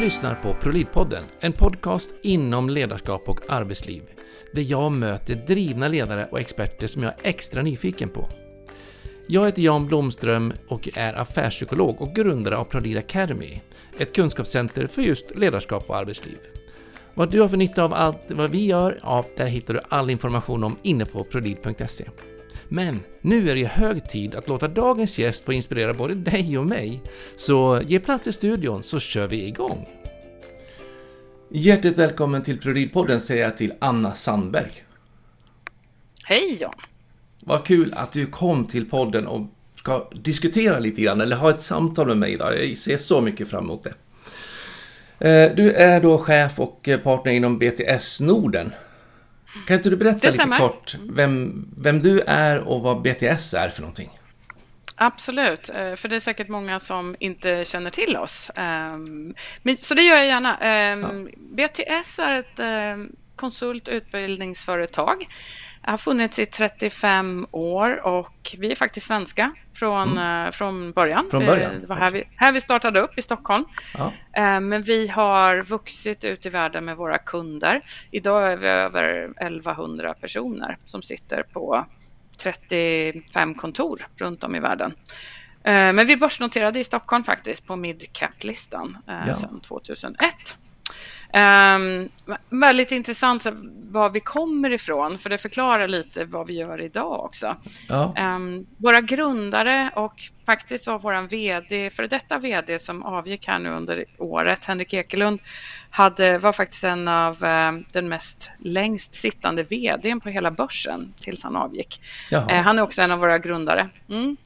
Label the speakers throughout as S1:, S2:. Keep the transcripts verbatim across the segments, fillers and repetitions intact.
S1: lyssnar på ProLead-podden, en podcast inom ledarskap och arbetsliv, där jag möter drivna ledare och experter som jag är extra nyfiken på. Jag heter Jan Blomström och är affärspsykolog och grundare av ProLead Academy, ett kunskapscenter för just ledarskap och arbetsliv. Vad du har för nytta av allt vad vi gör, ja, där hittar du all information om inne på prolead punkt se. Men nu är det hög tid att låta dagens gäst få inspirera både dig och mig. Så ge plats i studion så kör vi igång. Hjärtligt välkommen till ProLead-podden säger jag till Anna Sandberg.
S2: Hej Jan!
S1: Vad kul att du kom till podden och ska diskutera lite grann eller ha ett samtal med mig idag. Jag ser så mycket fram emot det. Du är då chef och partner inom B T S Norden. Kan inte du berätta lite kort vem, vem du är och vad B T S är för någonting?
S2: Absolut, för det är säkert många som inte känner till oss. Så det gör jag gärna. Ja. B T S är ett konsult- och utbildningsföretag. Jag har funnits i trettiofem år och vi är faktiskt svenska från, mm. från början.
S1: Från början?
S2: Det var här, vi, här vi startade upp i Stockholm. Ja. Men vi har vuxit ut i världen med våra kunder. Idag är vi över elvahundra personer som sitter på trettiofem kontor runt om i världen. Men vi är börsnoterade i Stockholm faktiskt på Mid-Cap-listan ja. sedan tvåtusenett. Um, väldigt intressant var vi kommer ifrån, för det förklarar lite vad vi gör idag också. Ja. Um, våra grundare och faktiskt var våran vd, för detta vd som avgick här nu under året, Henrik Ekelund, hade, var faktiskt en av um, den mest längst sittande vdn på hela börsen tills han avgick. Uh, han är också en av våra grundare. Mm.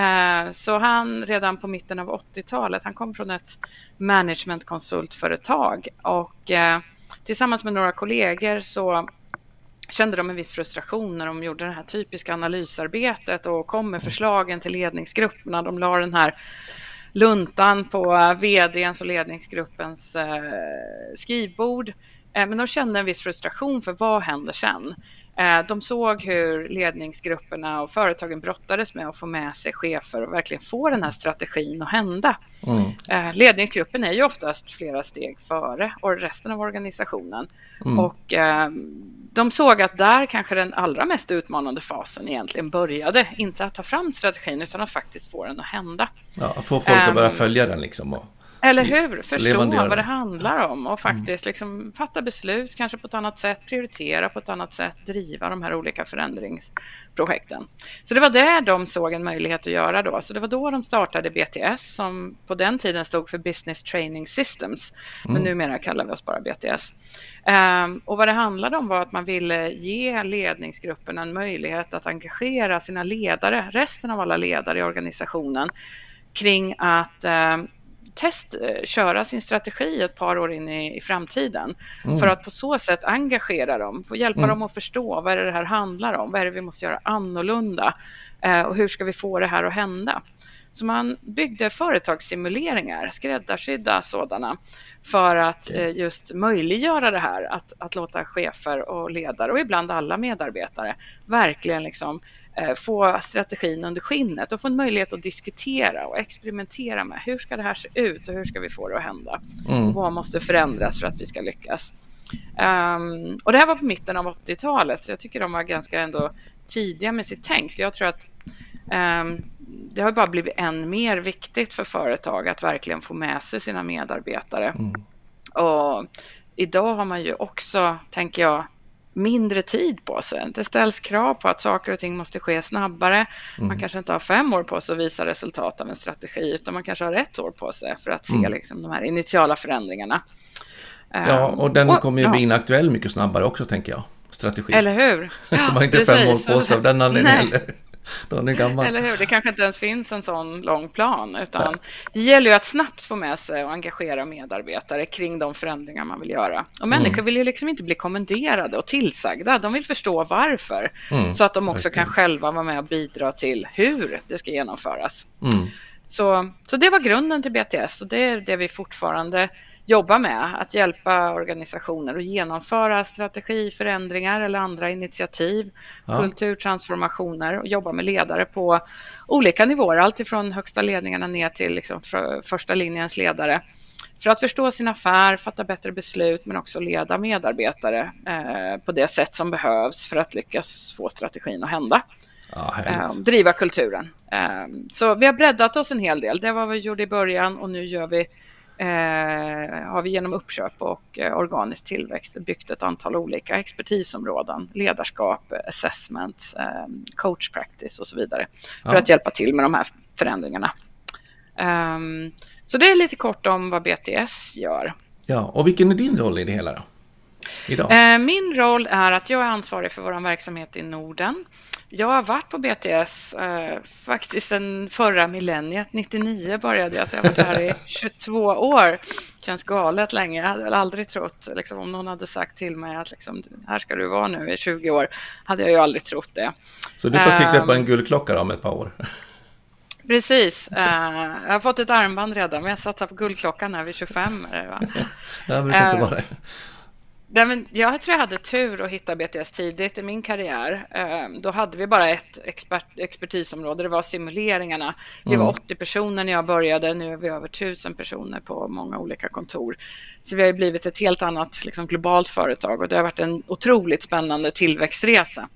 S2: Så han redan på mitten av åttiotalet, han kom från ett managementkonsultföretag och eh, tillsammans med några kollegor så kände de en viss frustration när de gjorde det här typiska analysarbetet och kom med förslagen till ledningsgrupperna. De la den här luntan på vdns och ledningsgruppens eh, skrivbord. Men de kände en viss frustration för vad händer sen. De såg hur ledningsgrupperna och företagen brottades med att få med sig chefer och verkligen få den här strategin att hända. Mm. Ledningsgruppen är ju oftast flera steg före och resten av organisationen. Mm. Och de såg att där kanske den allra mest utmanande fasen egentligen började. Inte att ta fram strategin utan att faktiskt få den att hända.
S1: Ja, att få folk att börja följa den liksom och...
S2: Eller hur? Förstå vad det handlar om och faktiskt liksom fatta beslut kanske på ett annat sätt, prioritera på ett annat sätt, driva de här olika förändringsprojekten. Så det var där de såg en möjlighet att göra då. Så det var då de startade B T S som på den tiden stod för Business Training Systems. Men mm. numera kallar vi oss bara B T S. Um, och vad det handlade om var att man ville ge ledningsgrupperna en möjlighet att engagera sina ledare, resten av alla ledare i organisationen kring att... Um, test, köra sin strategi ett par år in i, i framtiden mm. för att på så sätt engagera dem, få hjälpa mm. dem att förstå vad är det här handlar om, vad är det vi måste göra annorlunda eh, och hur ska vi få det här att hända. Så man byggde företagssimuleringar, skräddarsydda sådana, för att eh, just möjliggöra det här, att, att låta chefer och ledare och ibland alla medarbetare verkligen liksom eh, få strategin under skinnet och få en möjlighet att diskutera och experimentera med hur ska det här se ut och hur ska vi få det att hända mm. och vad måste förändras för att vi ska lyckas. Um, och det här var på mitten av åttiotalet, så jag tycker de var ganska ändå tidiga med sitt tänk, för jag tror att um, det har bara blivit än mer viktigt för företag att verkligen få med sig sina medarbetare. Mm. Och idag har man ju också, tänker jag, mindre tid på sig. Det ställs krav på att saker och ting måste ske snabbare. Mm. Man kanske inte har fem år på sig att visa resultat av en strategi, utan man kanske har ett år på sig för att se mm. liksom, de här initiala förändringarna.
S1: Ja, och den och, kommer ju bli inaktuell mycket snabbare också, tänker jag. Strategi.
S2: Eller hur?
S1: Ja, så man har inte precis. fem år på sig av den anledningen heller.
S2: Eller hur? Det kanske inte ens finns en sån lång plan, utan ja. det gäller ju att snabbt få med sig och engagera medarbetare kring de förändringar man vill göra. Och människor mm. vill ju liksom inte bli kommenderade och tillsagda. De vill förstå varför, mm. så att de också Verkligen. kan själva vara med och bidra till hur det ska genomföras. Mm. Så, så det var grunden till B T S och det är det vi fortfarande jobbar med, att hjälpa organisationer att genomföra strategiförändringar eller andra initiativ, ja. kulturtransformationer och jobba med ledare på olika nivåer, allt ifrån högsta ledningarna ner till liksom för, första linjens ledare för att förstå sin affär, fatta bättre beslut men också leda medarbetare eh, på det sätt som behövs för att lyckas få strategin att hända.
S1: Ja,
S2: eh, driva kulturen. Eh, så vi har breddat oss en hel del. Det var vad vi gjorde i början och nu gör vi Eh, har vi genom uppköp och eh, organisk tillväxt byggt ett antal olika expertisområden, ledarskap, assessment, eh, coach practice och så vidare för ja. att hjälpa till med de här förändringarna. Um, så det är lite kort om vad B T S gör.
S1: Ja, och vilken är din roll i det hela då? Idag?
S2: Eh, min roll är att jag är ansvarig för vår verksamhet i Norden. Jag har varit på B T S eh, faktiskt sen förra millenniet, nittionio började jag, så jag har varit här i tjugotvå år. Känns galet länge, jag hade aldrig trott, liksom, om någon hade sagt till mig att liksom, här ska du vara nu i tjugo år, hade jag ju aldrig trott det.
S1: Så du tar sikte på en guldklocka då om ett par år?
S2: Precis, uh, jag har fått ett armband redan, men jag satsar på guldklockan här vid tjugofem. Va?
S1: Jag brukar inte vara det.
S2: Nej, men jag tror jag hade tur att hitta B T S tidigt i min karriär. Då hade vi bara ett expert, expertisområde, det var simuleringarna. Vi var åttio personer när jag började, nu är vi över tusen personer på många olika kontor. Så vi har blivit ett helt annat liksom, globalt företag och det har varit en otroligt spännande tillväxtresa.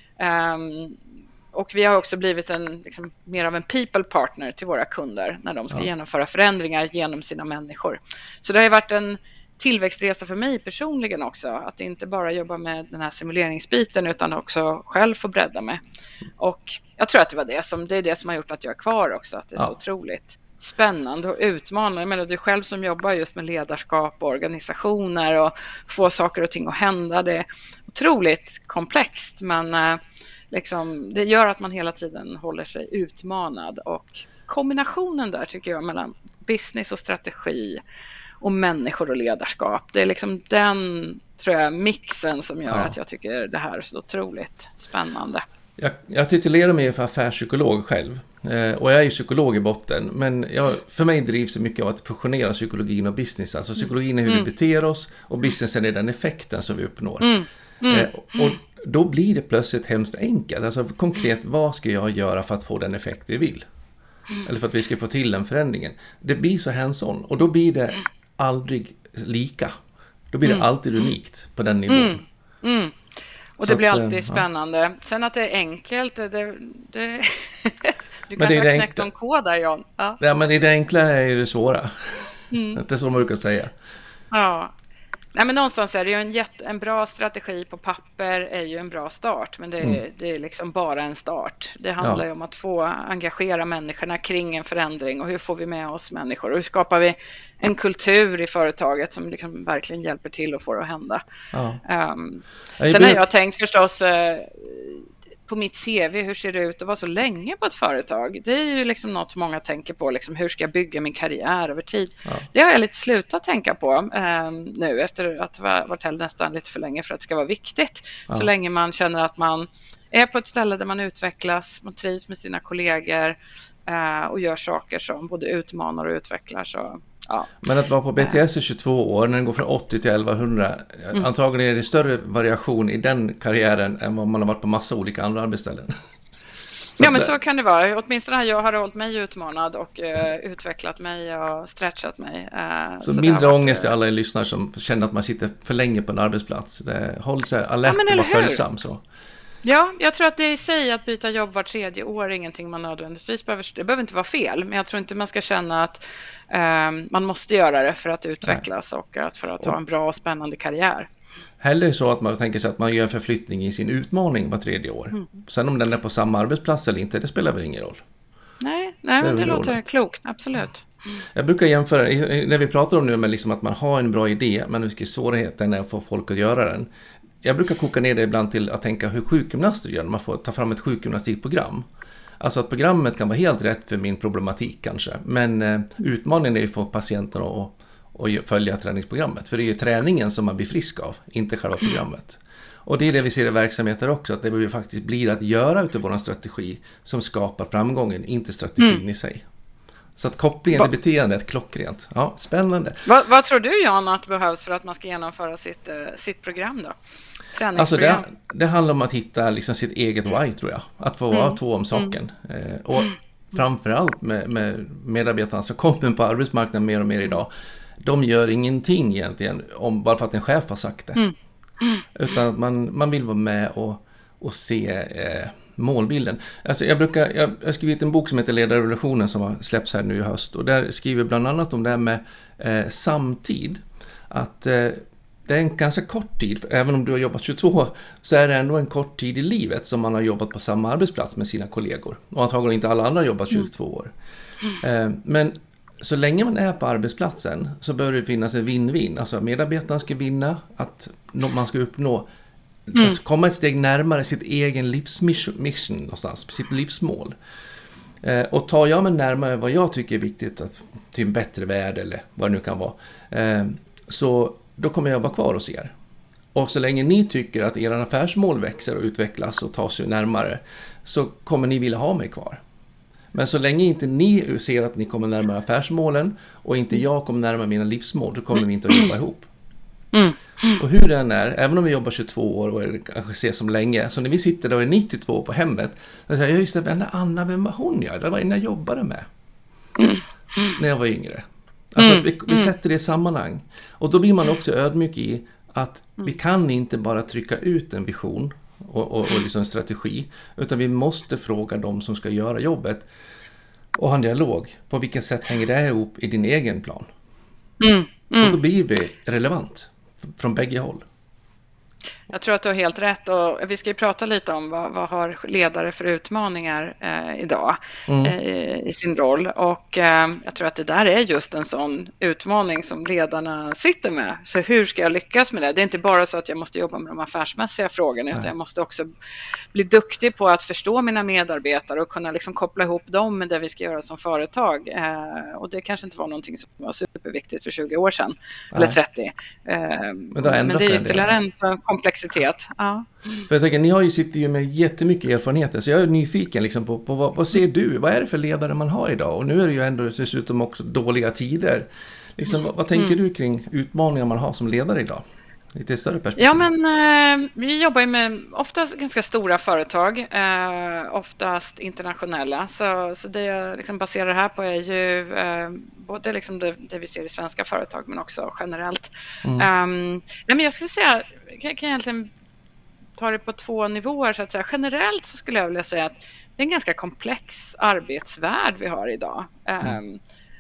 S2: Um, och vi har också blivit en, liksom, mer av en people partner till våra kunder när de ska ja. genomföra förändringar genom sina människor. Så det har varit en tillväxtresa för mig personligen också, att inte bara jobba med den här simuleringsbiten utan också själv få bredda mig. Och jag tror att det var det som, det är det som har gjort att jag är kvar också, att det är ja. så otroligt spännande och utmanande. Jag menar, du själv som jobbar just med ledarskap och organisationer och få saker och ting att hända, det är otroligt komplext, men eh, liksom, det gör att man hela tiden håller sig utmanad, och kombinationen där tycker jag mellan business och strategi och människor och ledarskap, det är liksom den, tror jag, mixen som gör ja. att jag tycker det här är så otroligt spännande.
S1: Jag, jag titulerar mig för affärspsykolog själv eh, och jag är ju psykolog i botten, men jag, för mig drivs det mycket av att fusionera psykologin och business. Alltså psykologin är hur mm. vi beter oss och businessen är den effekten som vi uppnår. Mm. Mm. Eh, och då blir det plötsligt hemskt enkelt. Alltså konkret, vad ska jag göra för att få den effekt vi vill? Mm. Eller för att vi ska få till den förändringen. Det blir så hands-on och då blir det aldrig lika. Då blir det mm. alltid unikt på den nivån.
S2: Mm. Mm. Och så det blir att, alltid ja. spännande. Sen att det är enkelt, det, det, det du
S1: men
S2: kanske
S1: det
S2: har knäckt någon kod där, Jan. Ja.
S1: ja, men det, det enkla är det svåra. Mm. Det är så man brukar säga.
S2: Ja. Nej, men någonstans är det ju en, jätte, en bra strategi på papper är ju en bra start, men det är, mm. det är liksom bara en start. Det handlar ja. ju om att få engagera människorna kring en förändring, och hur får vi med oss människor och hur skapar vi en kultur i företaget som liksom verkligen hjälper till att få det att hända. Ja. Um, sen har jag tänkt förstås uh, på mitt C V, hur ser det ut att vara så länge på ett företag? Det är ju liksom något som många tänker på, liksom, hur ska jag bygga min karriär över tid? Ja. Det har jag lite slutat tänka på eh, nu efter att ha varit här nästan lite för länge för att det ska vara viktigt. Ja. Så länge man känner att man är på ett ställe där man utvecklas, man trivs med sina kollegor eh, och gör saker som både utmanar och utvecklar. Så, ja.
S1: Men att vara på B T S i tjugotvå år, när den går från åttio till elvahundra, mm. antagligen är det större variation i den karriären än vad man har varit på massa olika andra arbetsställen.
S2: Så ja, men så kan det vara. Åtminstone har jag har hållit mig utmanad och uh, utvecklat mig och stretchat mig. Uh,
S1: så, så mindre varit, ångest till alla er lyssnare som känner att man sitter för länge på en arbetsplats. Det håller sig alert ja, och vara följsam. Så.
S2: Ja, jag tror att det i sig att byta jobb var tredje år är ingenting man nödvändigtvis behöver. Det behöver inte vara fel, men jag tror inte man ska känna att um, man måste göra det för att utvecklas Nej. och att för att ha en bra och spännande karriär.
S1: Heller så att man tänker sig att man gör en förflyttning i sin utmaning var tredje år. Mm. Sen om den är på samma arbetsplats eller inte, det spelar väl ingen roll.
S2: Nej, nej det, det låter roligt. Klokt, absolut.
S1: Mm. Jag brukar jämföra, när vi pratar om nu med liksom att man har en bra idé, men vilken svårigheten är att få folk att göra den. Jag brukar koka ner det ibland till att tänka hur sjukgymnaster gör när man får ta fram ett sjukgymnastikprogram. Alltså att programmet kan vara helt rätt för min problematik kanske, men eh, utmaningen är ju för patienten att och följa träningsprogrammet. För det är ju träningen som man blir frisk av, inte själva programmet. Och det är det vi ser i verksamheter också, att det vi faktiskt blir att göra utav vår strategi som skapar framgången, inte strategin mm. i sig. Så att kopplingen till beteendet är klockrent. Ja, spännande.
S2: Vad, vad tror du, Jan, att behövs för att man ska genomföra sitt, uh, sitt program då?
S1: Alltså det, det handlar om att hitta liksom sitt eget why, tror jag. Att få vara mm. två om saken. Mm. Eh, och framförallt med, med medarbetarna som kommer på arbetsmarknaden mer och mer idag. de gör ingenting egentligen om, bara för att en chef har sagt det. Mm. Mm. Utan man, man vill vara med och, och se eh, målbilden. Alltså jag brukar, jag har skrivit en bok som heter Ledarrevolutionen som har släppts här nu i höst. Och där skriver bland annat om det här med eh, samtid. Att eh, det är en ganska kort tid, även om du har jobbat tjugotvå, så är det ändå en kort tid i livet som man har jobbat på samma arbetsplats med sina kollegor. Och antagligen inte alla andra har jobbat tjugotvå år. Eh, men så länge man är på arbetsplatsen så bör det finnas en win-win. Alltså medarbetarna ska vinna, att man ska uppnå, mm. att komma ett steg närmare sitt egen livsmission någonstans, sitt livsmål. Eh, och tar jag mig närmare vad jag tycker är viktigt, att, till en bättre värld eller vad det nu kan vara, eh, så då kommer jag vara kvar hos er. Och så länge ni tycker att era affärsmål växer och utvecklas och tar sig närmare, så kommer ni vilja ha mig kvar. Men så länge inte ni ser att ni kommer närmare affärsmålen och inte jag kommer närmare mina livsmål, då kommer vi inte att jobba ihop. Mm. Och hur den är, även om vi jobbar tjugotvå år och kanske ses som länge, så när vi sitter där och är nittiotvå på hemmet, då säger jag, just det, Anna, vem var hon gör? Det var en jag jobbade med. Mm. När jag var yngre. Alltså att vi, vi sätter det i sammanhang. Och då blir man också ödmjuk i att vi kan inte bara trycka ut en vision och, och, och liksom en strategi, utan vi måste fråga dem som ska göra jobbet och ha en dialog. På vilket sätt hänger det ihop i din egen plan? Mm, mm. Och då blir vi relevant från bägge håll.
S2: Jag tror att du har helt rätt, och vi ska ju prata lite om vad, vad har ledare för utmaningar eh, idag mm. eh, i sin roll, och eh, jag tror att det där är just en sån utmaning som ledarna sitter med. Så hur ska jag lyckas med det? Det är inte bara så att jag måste jobba med de affärsmässiga frågorna, utan jag måste också bli duktig på att förstå mina medarbetare och kunna liksom koppla ihop dem med det vi ska göra som företag. Eh, och det kanske inte var någonting som var superviktigt för tjugo år sedan, Nej. eller trettio. Eh, men, men det är ytterligare en komplex. Ja.
S1: För jag tänker, ni har ju sitter ju med jättemycket erfarenheter, så jag är nyfiken liksom på, på vad, vad ser du? Vad är det för ledare man har idag? Och nu är det ju ändå dessutom också dåliga tider. Liksom, vad, vad tänker mm. du kring utmaningar man har som ledare idag? Lite större perspektiv.
S2: Ja, men eh, vi jobbar ju med oftast ganska stora företag, eh, oftast internationella. Så, så det jag liksom baserar det här på är ju eh, både liksom det, det vi ser i svenska företag, men också generellt. Mm. Um, nej, men jag skulle säga, kan, kan jag egentligen ta det på två nivåer så att säga. Generellt så skulle jag vilja säga att det är en ganska komplex arbetsvärld vi har idag. Mm. Um,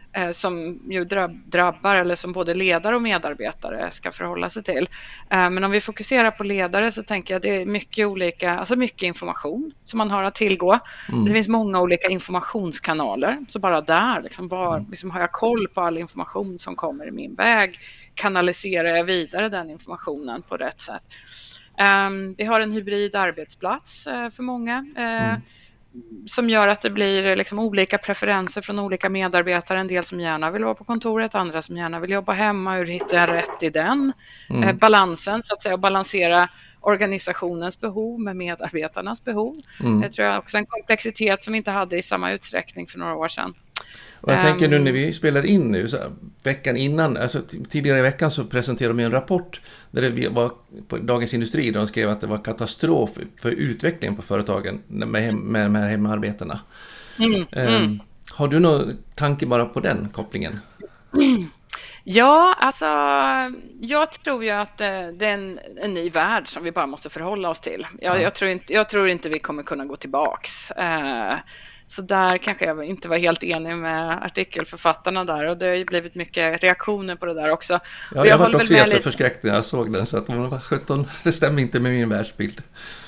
S2: som ju drabbar, eller som både ledare och medarbetare ska förhålla sig till. Men om vi fokuserar på ledare så tänker jag att det är mycket olika, alltså mycket information som man har att tillgå. Mm. Det finns många olika informationskanaler, så bara där liksom, var, liksom har jag koll på all information som kommer i min väg, kanaliserar jag vidare den informationen på rätt sätt. Vi har en hybrid arbetsplats för många. Mm. Som gör att det blir liksom olika preferenser från olika medarbetare. En del som gärna vill vara på kontoret, andra som gärna vill jobba hemma. Hur hittar jag rätt i den? Mm. Eh, balansen, så att säga, och balansera organisationens behov med medarbetarnas behov. Mm. Jag tror jag också en komplexitet som vi inte hade i samma utsträckning för några år sedan.
S1: Och jag um, tänker nu när vi spelar in nu, så veckan innan, alltså tidigare i veckan så presenterade de en rapport där det var på Dagens Industri, där de skrev att det var katastrof för utvecklingen på företagen med, med de här hemarbetarna. Mm, um, mm. Har du någon tanke bara på den kopplingen?
S2: Mm. Ja, alltså jag tror ju att det är en, en ny värld som vi bara måste förhålla oss till. Jag, ja. jag, tror, inte, jag tror inte vi kommer kunna gå tillbaks. Uh, Så där kanske jag inte var helt enig med artikelförfattarna där, och det har ju blivit mycket reaktioner på det där också.
S1: Ja, jag, jag var också jätteförskräckt när jag såg den, så att man var sjutton, det stämmer inte med min världsbild.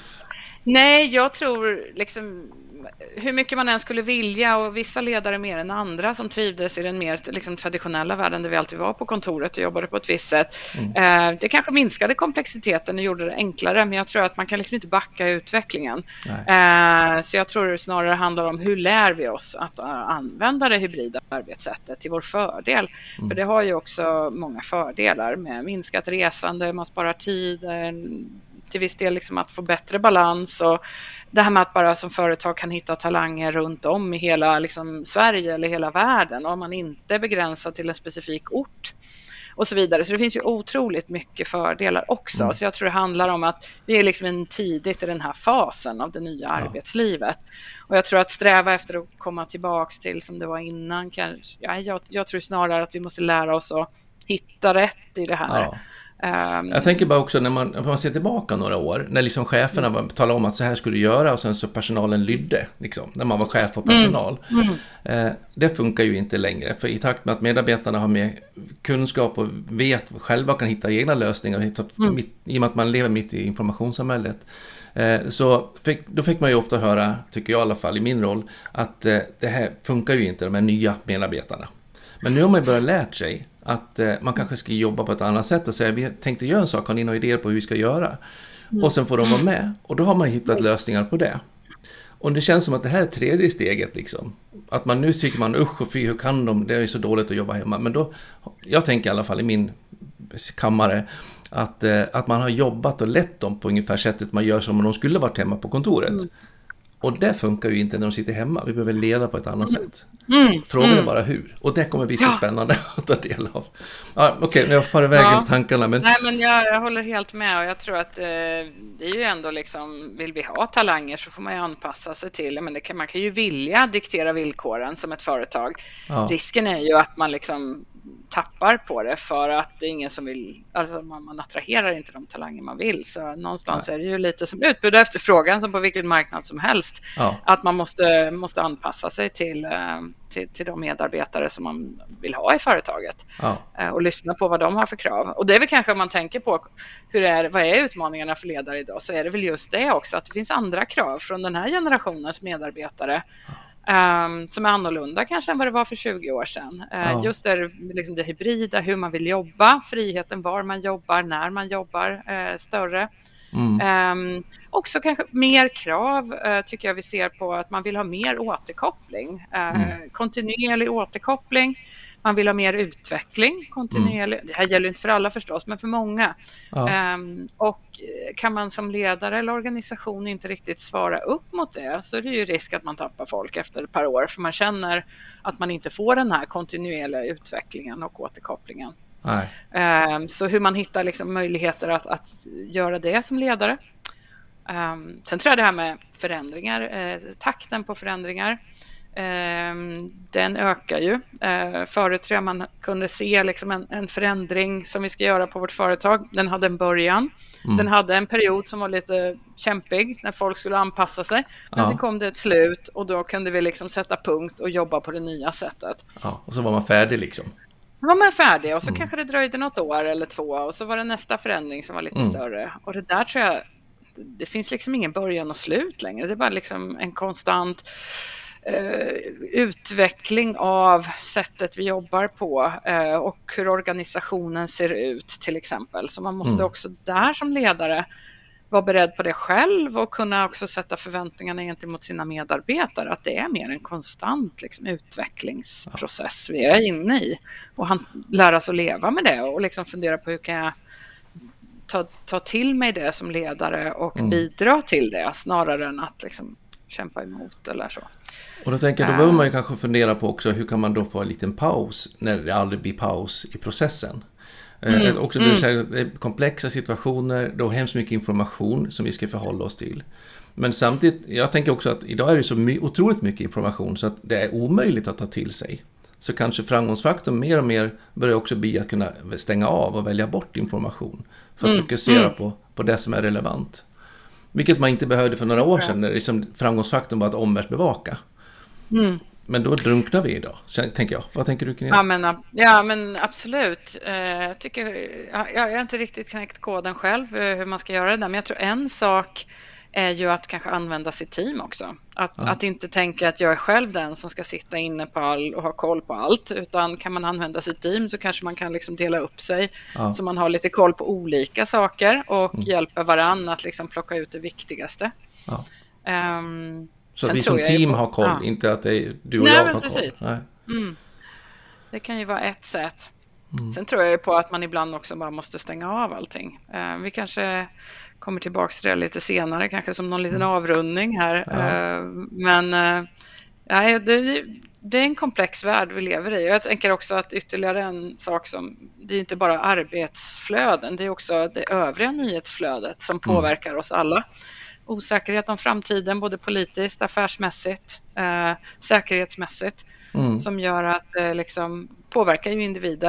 S2: Nej, jag tror liksom hur mycket man än skulle vilja, och vissa ledare mer än andra som trivdes i den mer liksom, traditionella världen där vi alltid var på kontoret och jobbade på ett visst sätt. Mm. Eh, det kanske minskade komplexiteten och gjorde det enklare, men jag tror att man kan liksom inte backa utvecklingen. Eh, så jag tror det snarare handlar om hur lär vi oss att uh, använda det hybrida arbetssättet till vår fördel. Mm. För det har ju också många fördelar med minskat resande, man sparar tid, till viss del liksom att få bättre balans, och det här med att bara som företag kan hitta talanger runt om i hela liksom Sverige eller hela världen, och om man inte är begränsad till en specifik ort och så vidare. Så det finns ju otroligt mycket fördelar också. Mm. Så jag tror det handlar om att vi är liksom en tidigt i den här fasen av det nya ja. arbetslivet. Och jag tror att sträva efter att komma tillbaks till som det var innan, kanske, ja, jag, jag tror snarare att vi måste lära oss att hitta rätt i det här.
S1: Ja. Jag tänker bara också när man, när man ser tillbaka några år, när liksom cheferna mm. talade om att så här skulle du göra och sen så personalen lydde, liksom, när man var chef och personal. Mm. Mm. Eh, det funkar ju inte längre, för i takt med att medarbetarna har mer kunskap och vet själva kan hitta egna lösningar, mm. mitt, i och med att man lever mitt i informationssamhället, eh, så fick, då fick man ju ofta höra, tycker jag i alla fall i min roll, att eh, det här funkar ju inte, de här nya medarbetarna. Men nu har man ju börjat lärt sig att eh, man kanske ska jobba på ett annat sätt och säga, vi tänkte göra en sak, har ni några idéer på hur vi ska göra? Mm. Och sen får de vara med. Och då har man hittat lösningar på det. Och det känns som att det här är tredje steget liksom. Att man nu tycker man, usch och fy, hur kan de? Det är så dåligt att jobba hemma. Men då, jag tänker i alla fall i min kammare, att, eh, att man har jobbat och lett dem på ungefär sättet man gör som om de skulle varit hemma på kontoret. Mm. Och det funkar ju inte när de sitter hemma. Vi behöver leda på ett annat mm. sätt. Mm. Frågan mm. är bara hur. Och det kommer bli så ja. spännande att ta del av. Ja, Okej, okay, nu jag far iväg ja. på tankarna. Men...
S2: Nej, men jag, jag håller helt med. Och jag tror att eh, det är ju ändå liksom, vill vi ha talanger så får man ju anpassa sig till. Men det kan, man kan ju vilja diktera villkoren som ett företag. Ja. Risken är ju att man liksom tappar på det för att det är ingen som vill, alltså man, man attraherar inte de talanger man vill, så någonstans Nej. är det ju lite som utbud och efterfrågan som på vilken marknad som helst, ja. att man måste, måste anpassa sig till, till, till de medarbetare som man vill ha i företaget ja. och lyssna på vad de har för krav. Och det är väl kanske om man tänker på hur är, vad är utmaningarna för ledare idag, så är det väl just det också, att det finns andra krav från den här generationens medarbetare ja. Um, som är annorlunda kanske än vad det var för tjugo år sedan. Uh, ja. Just det, liksom det hybrida, hur man vill jobba, friheten var man jobbar, när man jobbar, uh, större. Mm. Um, också kanske mer krav uh, tycker jag vi ser på att man vill ha mer återkoppling. Uh, mm. Kontinuerlig återkoppling. Man vill ha mer utveckling kontinuerligt. Mm. Det här gäller inte för alla förstås, men för många. Ja. Um, och kan man som ledare eller organisation inte riktigt svara upp mot det, så är det ju risk att man tappar folk efter ett par år, för man känner att man inte får den här kontinuerliga utvecklingen och återkopplingen. Nej. Um, så hur man hittar liksom möjligheter att, att göra det som ledare. Um, sen tror jag det här med förändringar, eh, takten på förändringar, den ökar ju. Förut tror jag man kunde se liksom en, en förändring som vi ska göra på vårt företag. Den hade en början. Mm. Den hade en period som var lite kämpig när folk skulle anpassa sig. Men ja. sen kom det ett slut och då kunde vi liksom sätta punkt och jobba på det nya sättet.
S1: Ja, och så var man färdig liksom.
S2: Då var man färdig och så mm. kanske det dröjde något år eller två och så var det nästa förändring som var lite mm. större. Och det där tror jag, det finns liksom ingen början och slut längre. Det är bara liksom en konstant Uh, utveckling av sättet vi jobbar på uh, och hur organisationen ser ut till exempel. Så man måste mm. också där som ledare vara beredd på det själv och kunna också sätta förväntningarna gentemot sina medarbetare, att det är mer en konstant liksom, utvecklingsprocess ja. vi är inne i, och han lära sig att leva med det och liksom fundera på hur kan jag ta, ta till mig det som ledare och mm. bidra till det snarare än att liksom kämpa emot eller så.
S1: Och då tänker jag, då behöver man ju kanske fundera på också hur kan man då få en liten paus när det aldrig blir paus i processen. Mm. Eh, också mm. säger, det är komplexa situationer, då är hemskt mycket information som vi ska förhålla oss till. Men samtidigt, jag tänker också att idag är det så my- otroligt mycket information så att det är omöjligt att ta till sig. Så kanske framgångsfaktorn mer och mer börjar också bli att kunna stänga av och välja bort information för att mm. fokusera mm. på, på det som är relevant. Vilket man inte behövde för några år sedan när liksom framgångsfaktorn var att omvärldsbevaka. Mm. Men då drunknar vi idag, tänker jag. Vad tänker du kring det?
S2: Ja, men, ja, men absolut. Jag, tycker, jag, jag har inte riktigt knäckt koden själv hur man ska göra det där. Men jag tror en sak är ju att kanske använda sitt team också. Att, ja. att inte tänka att jag är själv den som ska sitta inne på all och ha koll på allt. Utan kan man använda sitt team så kanske man kan liksom dela upp sig. Ja. Så man har lite koll på olika saker och mm. hjälper varann att liksom plocka ut det viktigaste. Ja. Um,
S1: Så att vi som team på, har koll, ja. inte att det är du och
S2: Nej,
S1: jag
S2: men
S1: har
S2: precis.
S1: koll. Nej.
S2: Mm. Det kan ju vara ett sätt. Mm. Sen tror jag på att man ibland också bara måste stänga av allting. Uh, vi kanske kommer tillbaka till det lite senare, kanske som någon liten mm. avrundning här. Ja. Uh, men uh, ja, det, det är en komplex värld vi lever i. Jag tänker också att ytterligare en sak som, det är inte bara arbetsflöden, det är också det övriga nyhetsflödet som påverkar mm. oss alla. Osäkerhet om framtiden, både politiskt, affärsmässigt, eh, säkerhetsmässigt, mm. som gör att det eh, liksom påverkar ju individer.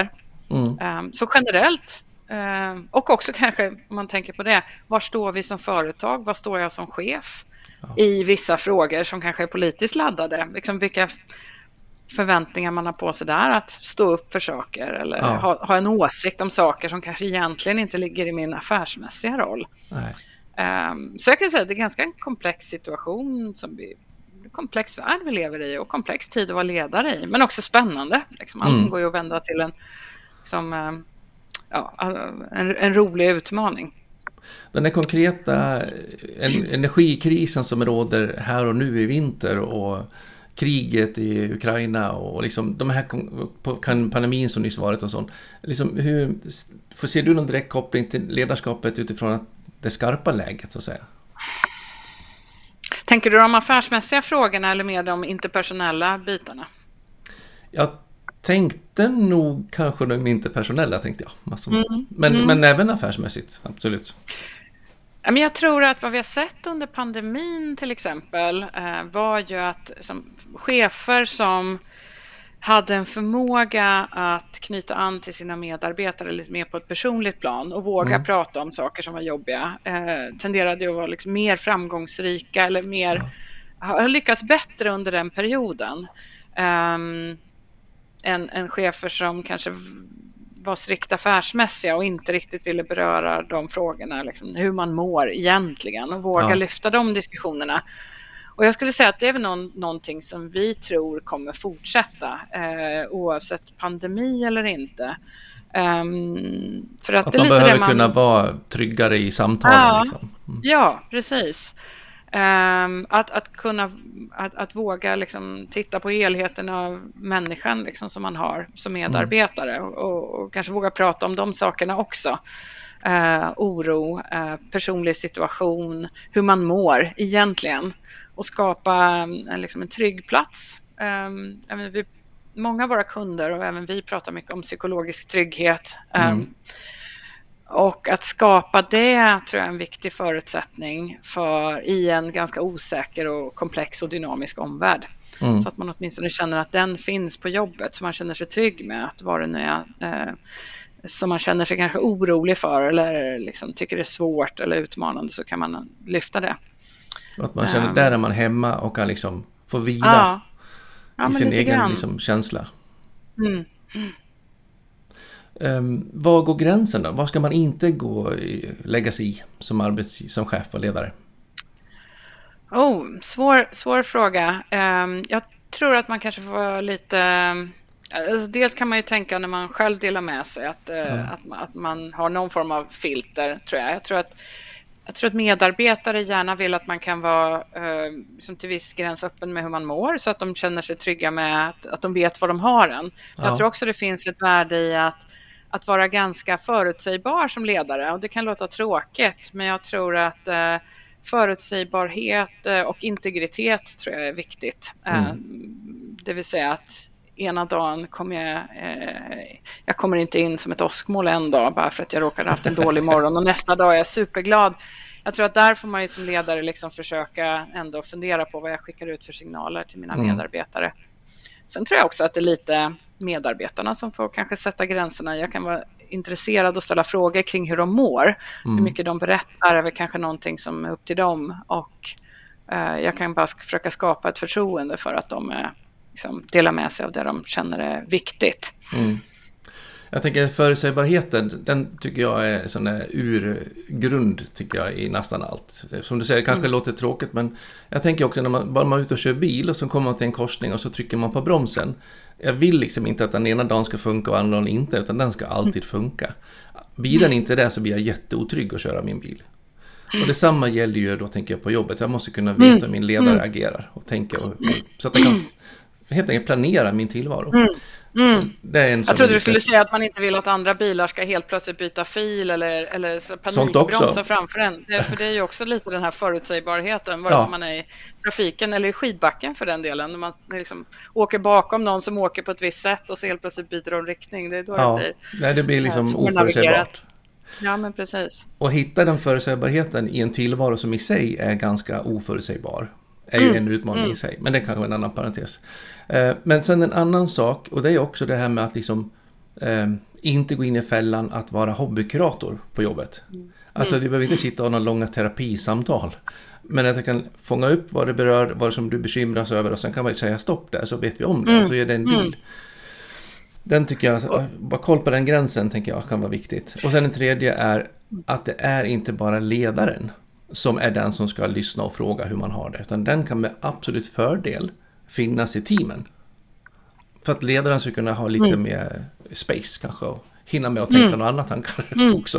S2: Mm. Um, så generellt, um, och också kanske om man tänker på det, var står vi som företag, var står jag som chef ja. i vissa frågor som kanske är politiskt laddade, liksom vilka förväntningar man har på sig där att stå upp för saker eller ja. ha, ha en åsikt om saker som kanske egentligen inte ligger i min affärsmässiga roll. Um, så jag kan säga att det är ganska en komplex situation, som vi, komplex värld vi lever i och komplex tid att vara ledare i, men också spännande. Liksom, allting mm. går ju att vända till en, liksom, um, ja, en, en rolig utmaning.
S1: Den här konkreta en, energikrisen som råder här och nu i vinter och kriget i Ukraina och liksom de här pandemin som nyss varit och sånt. Liksom hur, för ser du någon direkt koppling till ledarskapet utifrån det skarpa läget så att säga?
S2: Tänker du de affärsmässiga frågorna eller mer de interpersonella bitarna?
S1: Jag tänkte nog kanske de interpersonella tänkte jag.
S2: Mm.
S1: Men,
S2: mm.
S1: men även affärsmässigt, absolut.
S2: Men jag tror att vad vi har sett under pandemin till exempel var ju att som, chefer som hade en förmåga att knyta an till sina medarbetare lite mer på ett personligt plan och våga mm. prata om saker som var jobbiga eh, tenderade att vara liksom mer framgångsrika eller mer ja. har lyckats bättre under den perioden um, än, än chefer som kanske var strikt affärsmässiga och inte riktigt ville beröra de frågorna, liksom, hur man mår egentligen och våga ja. lyfta de diskussionerna. Och jag skulle säga att det är väl någon, någonting som vi tror kommer fortsätta eh, oavsett pandemi eller inte. Um, för att
S1: att
S2: det
S1: man
S2: lite
S1: behöver
S2: det man...
S1: kunna vara tryggare i samtalen.
S2: Ja,
S1: liksom. mm.
S2: ja precis. Um, att, att kunna att, att våga liksom, titta på helheten av människan liksom, som man har som medarbetare mm. och, och kanske våga prata om de sakerna också. Uh, oro, uh, personlig situation, hur man mår egentligen och skapa en, liksom en trygg plats. Um, även vi, många av våra kunder och även vi pratar mycket om psykologisk trygghet. Um, mm. Och att skapa det tror jag är en viktig förutsättning för i en ganska osäker och komplex och dynamisk omvärld. Mm. Så att man åtminstone känner att den finns på jobbet, så man känner sig trygg med att vad det nu är eh, som man känner sig kanske orolig för eller liksom tycker det är svårt eller utmanande, så kan man lyfta det.
S1: Och att man känner um, där är man hemma och kan liksom få vila
S2: ja, ja,
S1: i sin egen liksom, känsla.
S2: Mm. Mm.
S1: Um, var går gränsen då? Vad ska man inte gå i, lägga sig i som arbets som chef och ledare?
S2: Oh, svår, svår fråga. Um, jag tror att man kanske får lite... Alltså, dels kan man ju tänka när man själv delar med sig att, uh, mm. att, att man har någon form av filter, tror jag. Jag tror att, jag tror att medarbetare gärna vill att man kan vara uh, som till viss gräns öppen med hur man mår, så att de känner sig trygga med att, att de vet vad de har än. Ja. Jag tror också det finns ett värde i att att vara ganska förutsägbar som ledare, och det kan låta tråkigt, men jag tror att eh, förutsägbarhet eh, och integritet tror jag är viktigt. Mm. Eh, det vill säga att ena dagen kommer jag, eh, jag kommer inte in som ett åskmål en dag bara för att jag råkade haft en dålig morgon, och nästa dag är jag superglad. Jag tror att där får man ju som ledare liksom försöka ändå fundera på vad jag skickar ut för signaler till mina mm. medarbetare. Sen tror jag också att det är lite medarbetarna som får kanske sätta gränserna. Jag kan vara intresserad och ställa frågor kring hur de mår. Mm. Hur mycket de berättar är väl kanske någonting som är upp till dem. Och eh, jag kan bara försöka skapa ett förtroende för att de eh, liksom delar med sig av det de känner är viktigt.
S1: Mm. Jag tänker förutsägbarheten, den tycker jag är sån där urgrund tycker jag i nästan allt. Som du säger, det kanske mm. låter tråkigt, men jag tänker också när man, bara man är ute och kör bil och så kommer man till en korsning och så trycker man på bromsen. Jag vill liksom inte att den ena dagen ska funka och andra dagen inte, utan den ska alltid funka. Blir den inte det så blir jag jätteotrygg att köra min bil. Och detsamma gäller ju då, tänker jag, på jobbet. Jag måste kunna veta hur min ledare agerar och tänka och, och, så att jag kan helt enkelt planera min tillvaro.
S2: Mm. Mm.
S1: Det är en
S2: jag trodde du skulle säga att man inte vill att andra bilar ska helt plötsligt byta fil eller, eller panikbromsa framför en. Det, för det är ju också lite den här förutsägbarheten, vare sig ja. man är i trafiken eller i skidbacken för den delen. När man liksom åker bakom någon som åker på ett visst sätt och så helt plötsligt byter de riktning. Det är då
S1: ja.
S2: det blir,
S1: Nej, det blir liksom äh, oförutsägbart.
S2: Ja, men precis.
S1: Och hitta den förutsägbarheten i en tillvaro som i sig är ganska oförutsägbar är ju mm. en utmaning mm. i sig. Men det är kanske en annan parentes. Men sen en annan sak, och det är också det här med att liksom eh, inte gå in i fällan att vara hobbykurator på jobbet. Mm. Alltså vi behöver inte sitta och ha några långa terapisamtal. Men att jag kan fånga upp vad det berör, vad det som du bekymras över och sen kan man säga stopp där så vet vi om det. Mm. Så är det en deal. Mm. Den tycker jag, bara koll på den gränsen tänker jag kan vara viktigt. Och sen den tredje är att det är inte bara ledaren som är den som ska lyssna och fråga hur man har det. Utan den kan med absolut fördel finnas i teamen. För att ledaren ska kunna ha lite mm. mer space kanske och hinna med att tänka mm. några andra tankar mm. också.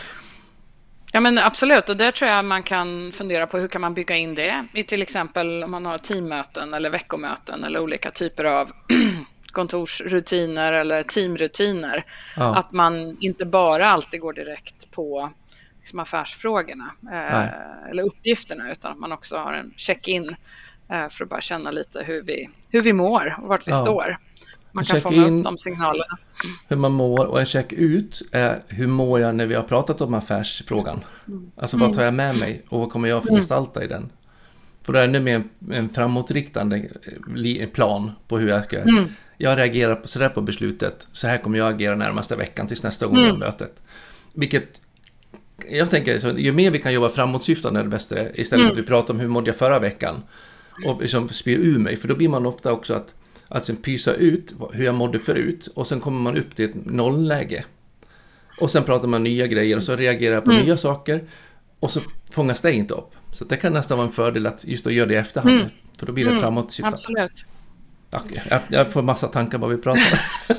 S2: Ja men absolut, och där tror jag man kan fundera på hur kan man bygga in det i till exempel om man har teammöten eller veckomöten eller olika typer av kontorsrutiner eller teamrutiner. Ja. Att man inte bara alltid går direkt på liksom affärsfrågorna eh, eller uppgifterna utan att man också har en check-in eh, för att bara känna lite hur vi, hur vi mår och vart vi ja. står. Man kan fånga upp de signalerna.
S1: Hur man mår och en check ut är hur mår jag när vi har pratat om affärsfrågan. Mm. Alltså vad tar jag med mig och vad kommer jag att gestalta i den. För det är nu med en, en framåtriktande plan på hur jag ska... Mm. Jag reagerar på, så där på beslutet. Så här kommer jag agera närmaste veckan tills nästa gång mm. mötet. Vilket... Jag tänker så, ju mer vi kan jobba framåtsyftande är det bästa. Istället mm. för att vi pratar om hur mådde jag förra veckan. Och liksom spyr ur mig. För då blir man ofta också att... Att sen pysa ut hur jag mådde förut och sen kommer man upp till ett nollläge. Och sen pratar man nya grejer och så reagerar jag på mm. nya saker och så fångas det inte upp. Så det kan nästan vara en fördel att just att göra det i efterhand. Mm. För då blir det mm. framåt.
S2: Absolut.
S1: Okay. Jag, jag får massa tankar vad vi pratar om.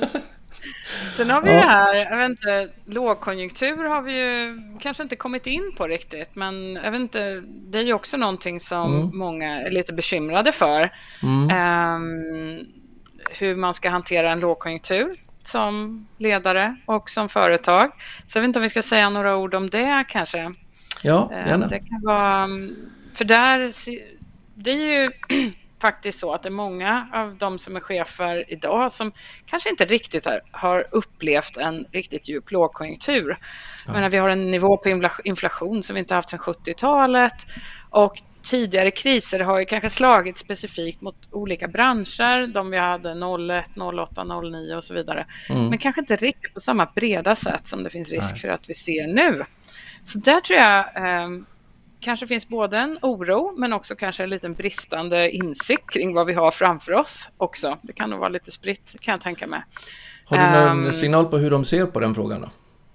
S2: Sen har vi ju här, jag vet inte, lågkonjunktur har vi ju kanske inte kommit in på riktigt. Men jag vet inte, det är ju också någonting som mm. många är lite bekymrade för. Mm. Um, hur man ska hantera en lågkonjunktur som ledare och som företag. Så jag vet inte om vi ska säga några ord om det kanske.
S1: Ja, gärna.
S2: Uh, det kan vara, för där, det är ju... faktiskt så att det är många av de som är chefer idag som kanske inte riktigt har, har upplevt en riktigt djup lågkonjunktur. Ja. Men vi har en nivå på inflation som vi inte haft sedan sjuttiotalet och tidigare kriser har ju kanske slagit specifikt mot olika branscher. De vi hade noll ett, noll åtta, noll nio och så vidare. Mm. Men kanske inte riktigt på samma breda sätt som det finns risk Nej. för att vi ser nu. Så där tror jag... Eh, kanske finns både en oro men också kanske en liten bristande insikt kring vad vi har framför oss också. Det kan nog vara lite spritt kan jag tänka mig.
S1: Har du någon um, signal på hur de ser på den frågan då?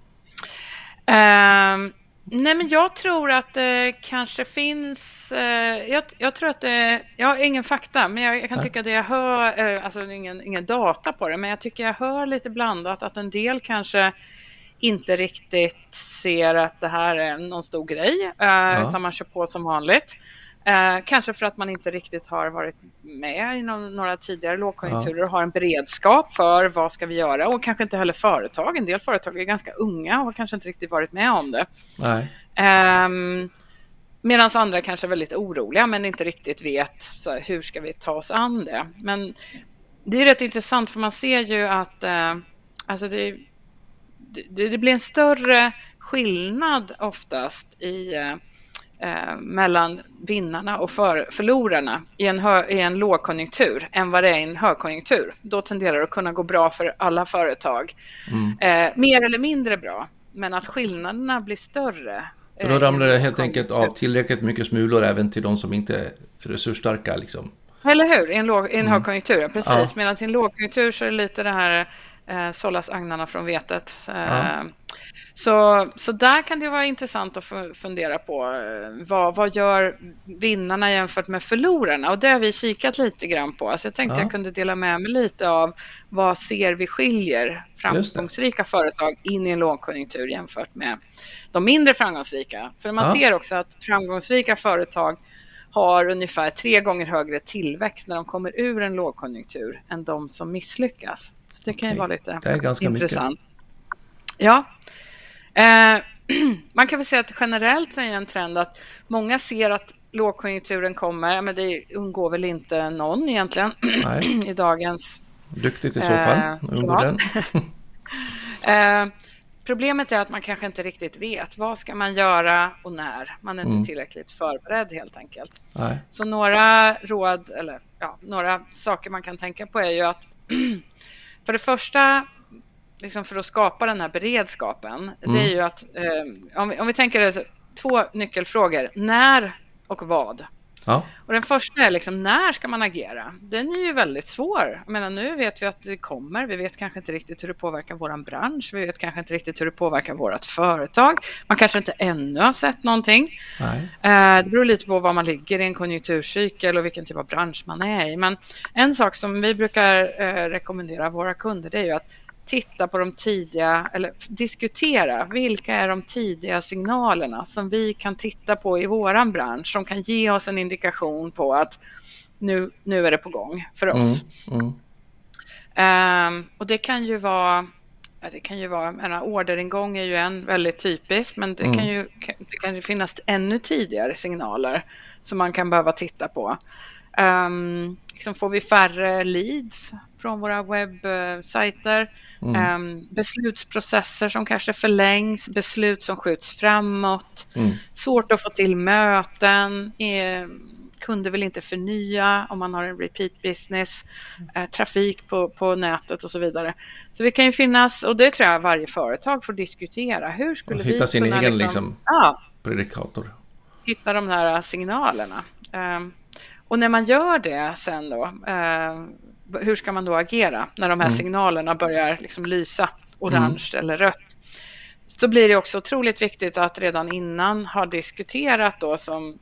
S2: Um, nej men jag tror att det kanske finns, uh, jag, jag tror att det, jag har ingen fakta men jag, jag kan nej. tycka det jag hör, uh, alltså ingen, ingen data på det men jag tycker jag hör lite blandat att en del kanske inte riktigt ser att det här är någon stor grej uh, ja. utan man kör på som vanligt. Uh, kanske för att man inte riktigt har varit med i någon, några tidigare lågkonjunkturer ja. och har en beredskap för vad ska vi göra och kanske inte heller företag. En del företag är ganska unga och har kanske inte riktigt varit med om det.
S1: Nej.
S2: Um, Medan andra kanske är väldigt oroliga men inte riktigt vet så här, hur ska vi ta oss an det. Men det är rätt intressant för man ser ju att uh, alltså det Det, det blir en större skillnad oftast i, eh, mellan vinnarna och för, förlorarna i en, hö, i en lågkonjunktur än vad det är i en högkonjunktur. Då tenderar det att kunna gå bra för alla företag. Mm. Eh, mer eller mindre bra, men att skillnaderna blir större.
S1: För då ramlar det helt enkelt av tillräckligt mycket smulor även till de som inte är resursstarka liksom.
S2: Eller hur? I en, låg, i en mm. högkonjunktur, precis. Ja. Medan i en lågkonjunktur så är det lite det här eh, sållas agnarna från vetet. Eh, ja. så, så där kan det vara intressant att fundera på eh, vad, vad gör vinnarna jämfört med förlorarna? Och det har vi kikat lite grann på. Så jag tänkte ja. jag kunde dela med mig lite av vad ser vi skiljer framgångsrika företag in i en lågkonjunktur jämfört med de mindre framgångsrika. För man ja. ser också att framgångsrika företag har ungefär tre gånger högre tillväxt när de kommer ur en lågkonjunktur än de som misslyckas. Så det kan okay. ju vara lite det är ganska intressant. Mycket. Ja. Eh, man kan väl säga att generellt är en trend att många ser att lågkonjunkturen kommer, men det undgår väl inte någon egentligen i dagens
S1: duktigt i så fall.
S2: Undgår den. eh, Problemet är att man kanske inte riktigt vet vad ska man göra och när. Man är inte mm. tillräckligt förberedd helt enkelt. Nej. Så några råd eller ja, några saker man kan tänka på är ju att för det första liksom för att skapa den här beredskapen,
S1: Mm.
S2: det är ju att eh, om, vi, om vi tänker det, två nyckelfrågor, när och vad.
S1: Ja.
S2: Och den första är liksom, när ska man agera? Den är ju väldigt svår. Jag menar, nu vet vi att det kommer. Vi vet kanske inte riktigt hur det påverkar våran bransch. Vi vet kanske inte riktigt hur det påverkar vårat företag. Man kanske inte ännu har sett någonting.
S1: Nej.
S2: Det beror lite på var man ligger i en konjunkturcykel och vilken typ av bransch man är i. Men en sak som vi brukar rekommendera våra kunder, det är ju att titta på de tidiga, eller diskutera vilka är de tidiga signalerna som vi kan titta på i våran bransch som kan ge oss en indikation på att nu, nu är det på gång för oss. Mm, mm. Um, och det kan ju vara, det kan ju vara, en orderingång är ju en väldigt typisk, men det, mm. kan ju det kan ju finnas ännu tidigare signaler som man kan behöva titta på. Um, liksom får vi färre leads från våra webbsajter, mm. um, beslutsprocesser som kanske förlängs, beslut som skjuts framåt, mm. svårt att få till möten, eh, kunder vill inte förnya om man har en repeat business, eh, trafik på, på nätet och så vidare. Så det kan ju finnas, och det tror jag varje företag får diskutera. Hur skulle
S1: och hitta
S2: vi
S1: sin
S2: kunna
S1: egen
S2: liksom,
S1: liksom,
S2: ja,
S1: predikator.
S2: Hitta de här signalerna. Um, och när man gör det sen då, uh, hur ska man då agera när de här mm. signalerna börjar liksom lysa orange mm. eller rött? Så blir det också otroligt viktigt att redan innan ha diskuterat då som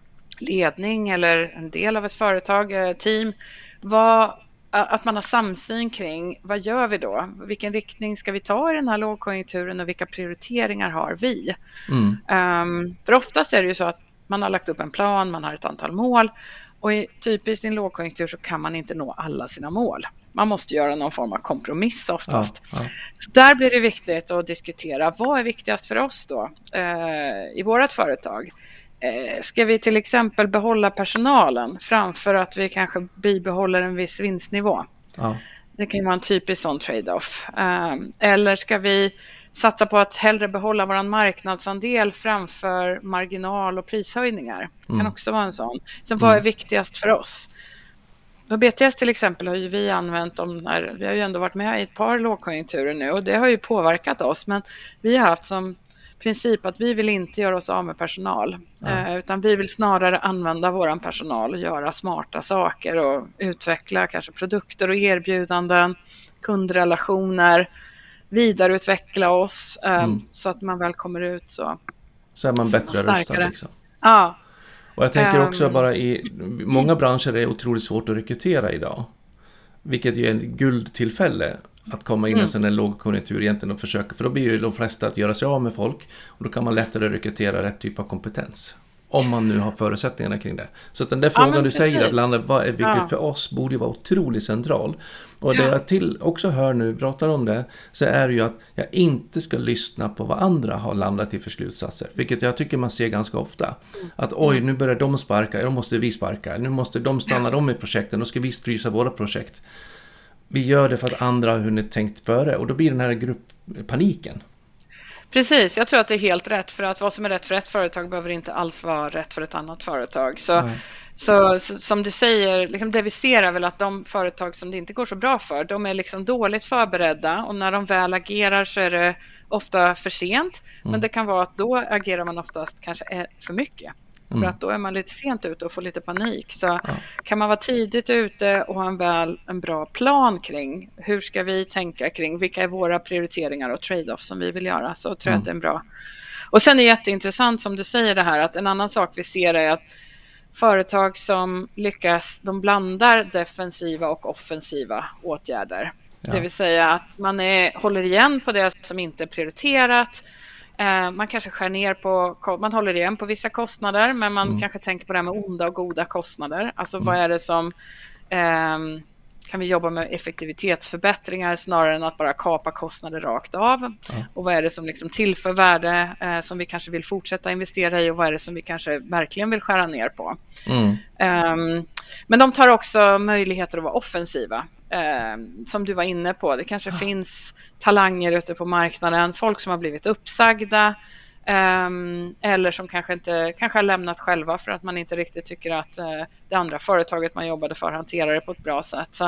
S2: ledning eller en del av ett företag, team, vad, att man har samsyn kring vad gör vi då? Vilken riktning ska vi ta i den här lågkonjunkturen och vilka prioriteringar har vi? Mm. Um, för oftast är det ju så att man har lagt upp en plan, man har ett antal mål och i typiskt i en lågkonjunktur så kan man inte nå alla sina mål. Man måste göra någon form av kompromiss oftast. Ja, ja. Så där blir det viktigt att diskutera vad är viktigast för oss då eh, i vårt företag. Eh, ska vi till exempel behålla personalen framför att vi kanske bibehåller en viss vinstnivå? Ja. Det kan ju vara en typisk sån trade-off. Eh, eller ska vi satsa på att hellre behålla vår marknadsandel framför marginal- och prishöjningar? Det kan mm. också vara en sån. Sen vad är viktigast för oss? På B T S till exempel har ju vi använt de där, vi har ju ändå varit med i ett par lågkonjunkturer nu och det har ju påverkat oss, men vi har haft som princip att vi vill inte göra oss av med personal eh, utan vi vill snarare använda våran personal och göra smarta saker och utveckla kanske produkter och erbjudanden, kundrelationer, vidareutveckla oss eh, mm. så att man väl kommer ut så
S1: så är man bättre rustad liksom.
S2: Ja.
S1: Och jag tänker också bara i många branscher är det otroligt svårt att rekrytera idag. Vilket ju är en guldtillfälle att komma in i mm. en sån här lågkonjunktur egentligen och försöka. För då blir ju de flesta att göra sig av med folk. Och då kan man lättare rekrytera rätt typ av kompetens. Om man nu har förutsättningarna kring det. Så att den där frågan ja, du säger att landa, vad är viktigt ja. för oss borde ju vara otroligt central. Och det ja. jag till också hör nu, pratar om det, så är det ju att jag inte ska lyssna på vad andra har landat i för slutsatser. Vilket jag tycker man ser ganska ofta. Att oj, nu börjar de sparka, då måste vi sparka. Nu måste de stanna ja. dem i projekten, då ska vi frysa våra projekt. Vi gör det för att andra har hunnit tänkt före. Och då blir den här grupppaniken.
S2: Precis, jag tror att det är helt rätt, för att vad som är rätt för ett företag behöver inte alls vara rätt för ett annat företag. Så, så, så som du säger, liksom det vi ser är väl att de företag som det inte går så bra för, de är liksom dåligt förberedda och när de väl agerar så är det ofta för sent. Mm. Men det kan vara att då agerar man oftast kanske för mycket. Mm. För att då är man lite sent ute och får lite panik. Så ja. kan man vara tidigt ute och ha en, väl, en bra plan kring hur ska vi tänka kring vilka är våra prioriteringar och trade-offs som vi vill göra, så tror jag mm. att det är en bra. Och sen är det jätteintressant som du säger det här, att en annan sak vi ser är att företag som lyckas, de blandar defensiva och offensiva åtgärder. Ja. Det vill säga att man är, håller igen på det som inte är prioriterat. Man kanske skär ner på, man håller igen på vissa kostnader, men man mm. kanske tänker på det här med onda och goda kostnader. Alltså mm. vad är det som, eh, kan vi jobba med effektivitetsförbättringar snarare än att bara kapa kostnader rakt av? Mm. Och vad är det som liksom tillför värde eh, som vi kanske vill fortsätta investera i, och vad är det som vi kanske verkligen vill skära ner på? Mm. Eh, men de tar också möjligheter att vara offensiva. Eh, som du var inne på, det kanske ja. finns talanger ute på marknaden, folk som har blivit uppsagda, Um, eller som kanske inte kanske har lämnat själva för att man inte riktigt tycker att uh, det andra företaget man jobbade för hanterar det på ett bra sätt. Så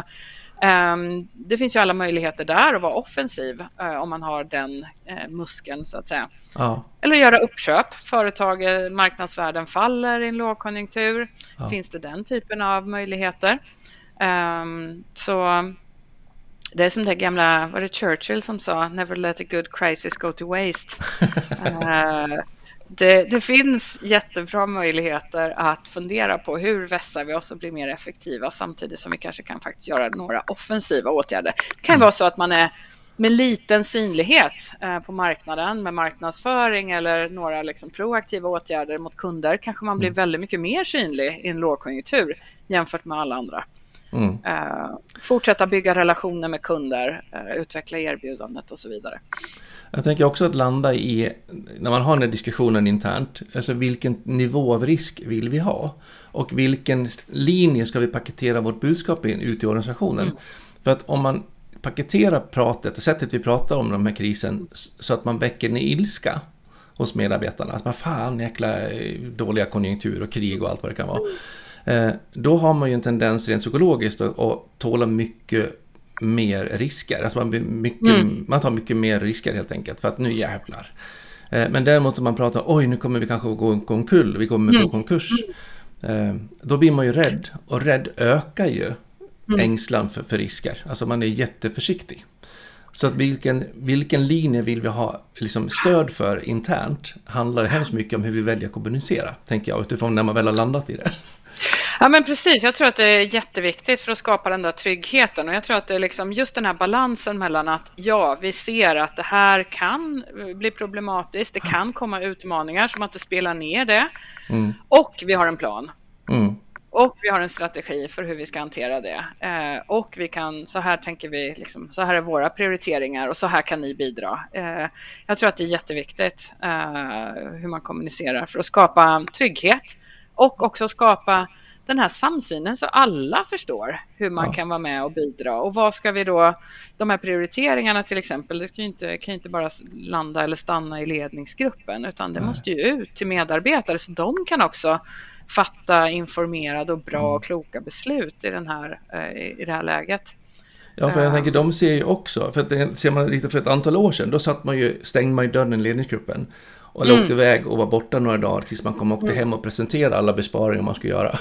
S2: um, det finns ju alla möjligheter där att vara offensiv uh, om man har den uh, muskeln så att säga.
S1: Ja.
S2: Eller göra uppköp. Företag, marknadsvärden faller i en lågkonjunktur. Ja. Finns det den typen av möjligheter? Um, så det är som det gamla, var det Churchill som sa, never let a good crisis go to waste. uh, det, det finns jättebra möjligheter att fundera på hur vässar vi oss och blir mer effektiva samtidigt som vi kanske kan faktiskt göra några offensiva åtgärder. Det kan mm. vara så att man är med liten synlighet uh, på marknaden med marknadsföring eller några liksom, proaktiva åtgärder mot kunder. Kanske man blir mm. väldigt mycket mer synlig i en lågkonjunktur jämfört med alla andra. Mm. Uh, fortsätta bygga relationer med kunder, uh, utveckla erbjudandet och så vidare.
S1: Jag tänker också att landa i, när man har den här diskussionen internt, alltså vilken nivå av risk vill vi ha och vilken linje ska vi paketera vårt budskap in ut i organisationen. Mm. För att om man paketerar pratet och sättet vi pratar om den här krisen så att man väcker en ilska hos medarbetarna, alltså fan jäkla dåliga konjunktur och krig och allt vad det kan vara. Eh, då har man ju en tendens rent psykologiskt att, att tåla mycket mer risker. Alltså man, mycket, mm. man tar mycket mer risker helt enkelt för att nu jävlar. Eh, men däremot om man pratar oj nu kommer vi kanske gå konkull, vi kommer mm. gå konkurs. Eh, då blir man ju rädd och rädd ökar ju mm. ängslan för, för risker. Alltså man är jätteförsiktig. Så att vilken, vilken linje vill vi ha liksom stöd för internt handlar hemskt mycket om hur vi väljer att kommunicera, tänker jag, utifrån när man väl har landat i det.
S2: Ja men precis, jag tror att det är jätteviktigt för att skapa den där tryggheten och jag tror att det är liksom just den här balansen mellan att ja, vi ser att det här kan bli problematiskt, det kan komma utmaningar som att det spelar ner det mm. och vi har en plan. Mm. Och vi har en strategi för hur vi ska hantera det. Eh, och vi kan, så här tänker vi, liksom, så här är våra prioriteringar och så här kan ni bidra. Eh, jag tror att det är jätteviktigt eh, hur man kommunicerar för att skapa trygghet och också skapa den här samsynen så alla förstår hur man ja. kan vara med och bidra. Och vad ska vi då, de här prioriteringarna till exempel, det kan ju inte, kan ju inte bara landa eller stanna i ledningsgruppen utan det Nej. måste ju ut till medarbetare så de kan också fatta informerade och bra och kloka beslut i, den här, i det här läget.
S1: Ja, för jag tänker, de ser ju också, för att ser man lite för ett antal år sedan, då satt man ju, stängde man ju dörren i ledningsgruppen och mm. åkte iväg och var borta några dagar tills man kom och åkte hem och presenterade alla besparingar man skulle göra.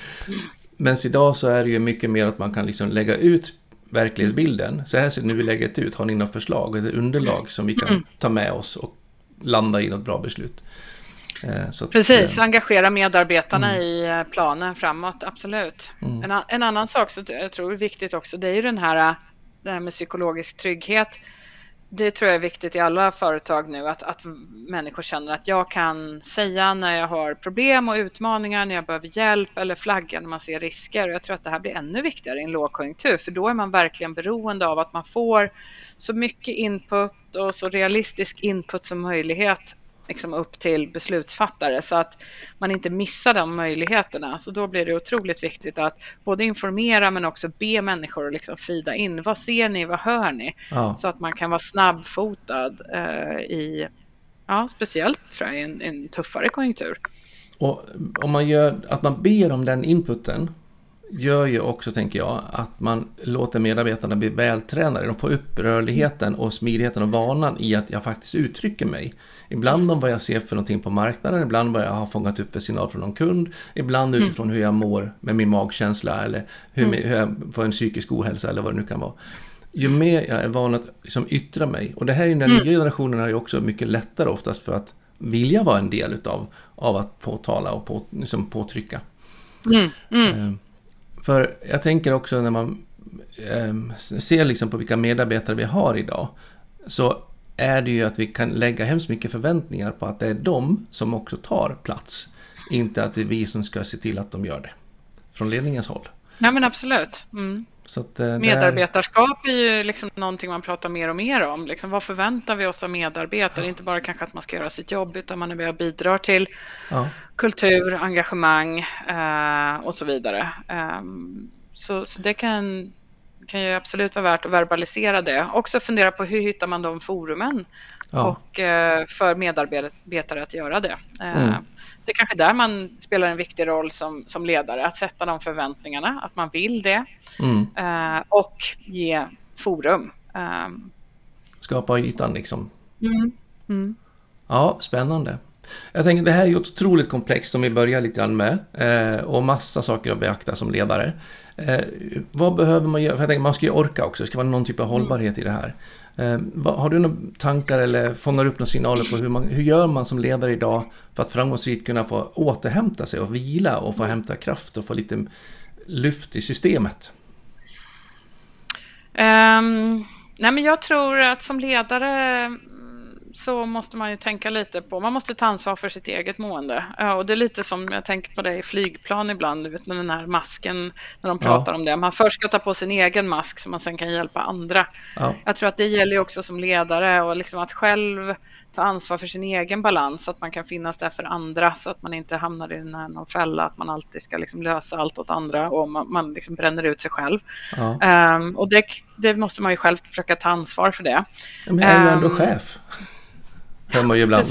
S1: Men idag så är det ju mycket mer att man kan liksom lägga ut verklighetsbilden. Så här ser nu vi lägger ut, har ni några förslag, ett underlag som vi kan ta med oss och landa i något bra beslut. Så att,
S2: Precis, engagera medarbetarna mm. i planen framåt, absolut. Mm. En, en annan sak som jag tror är viktigt också, det är ju den här, det här med psykologisk trygghet. Det tror jag är viktigt i alla företag nu, att, att människor känner att jag kan säga när jag har problem och utmaningar, när jag behöver hjälp eller flagga när man ser risker. Och jag tror att det här blir ännu viktigare i en lågkonjunktur, för då är man verkligen beroende av att man får så mycket input och så realistisk input som möjlighet liksom upp till beslutsfattare så att man inte missar de möjligheterna. Så då blir det otroligt viktigt att både informera men också be människor att liksom fida in. Vad ser ni? Vad hör ni? Ja. Så att man kan vara snabbfotad eh, i, ja, speciellt tror jag, i en, en tuffare konjunktur.
S1: Och om man gör att man ber om den inputen gör ju också, tänker jag, att man låter medarbetarna bli vältränade. De får upp rörligheten och smidigheten och vanan i att jag faktiskt uttrycker mig. Ibland om vad jag ser för någonting på marknaden, ibland vad jag har fångat upp för signal från någon kund, ibland utifrån mm. hur jag mår med min magkänsla eller hur, mm. hur jag får en psykisk ohälsa eller vad det nu kan vara. Ju mer jag är van att liksom yttra mig, och det här är ju den mm. nya generationen är ju också mycket lättare oftast för att vilja vara en del utav, av att påtala och på, liksom påtrycka. Mm. Mm. För jag tänker också när man eh, ser liksom på vilka medarbetare vi har idag, så är det ju att vi kan lägga hemskt mycket förväntningar på att det är de som också tar plats. Inte att det är vi som ska se till att de gör det. Från ledningens håll.
S2: Ja men absolut. Mm.
S1: Så att, eh,
S2: Medarbetarskap är ju liksom någonting man pratar mer och mer om. Liksom, vad förväntar vi oss av medarbetare? Ja. Inte bara kanske att man ska göra sitt jobb, utan man är med och bidrar till ja. kultur, engagemang eh, och så vidare. Um, så, så det kan kan ju absolut vara värt att verbalisera det. Också fundera på hur hittar man de forumen ja. och eh, för medarbetare att göra det. Eh, mm. Det är kanske där man spelar en viktig roll som, som ledare, att sätta de förväntningarna, att man vill det mm. eh, och ge forum. Eh.
S1: Skapa ytan liksom.
S2: Mm. Mm.
S1: Ja, spännande. Jag tänker det här är ju otroligt komplext som vi börjar lite grann med eh, och massa saker att beakta som ledare. Eh, vad behöver man göra? Jag tänker man ska ju orka också, det ska vara någon typ av hållbarhet i det här. Eh, vad, har du några tankar eller fångar upp några signaler på hur, man, hur gör man som ledare idag för att framgångsrikt kunna få återhämta sig och vila och få hämta kraft och få lite lyft i systemet?
S2: Um, nej men jag tror att som ledare så måste man ju tänka lite på, man måste ta ansvar för sitt eget mående. Ja, och det är lite som jag tänker på det i flygplan ibland, du vet med den här masken, när de pratar ja. om det. Man först ska ta på sin egen mask så man sen kan hjälpa andra. Ja. Jag tror att det gäller ju också som ledare och liksom att själv ta ansvar för sin egen balans, så att man kan finnas där för andra, så att man inte hamnar i den här någon fälla, att man alltid ska liksom lösa allt åt andra och man, man liksom bränner ut sig själv. Ja. Um, och det, det måste man ju själv försöka ta ansvar för det.
S1: Men jag är ju ändå um, chef. Hör man ju ibland.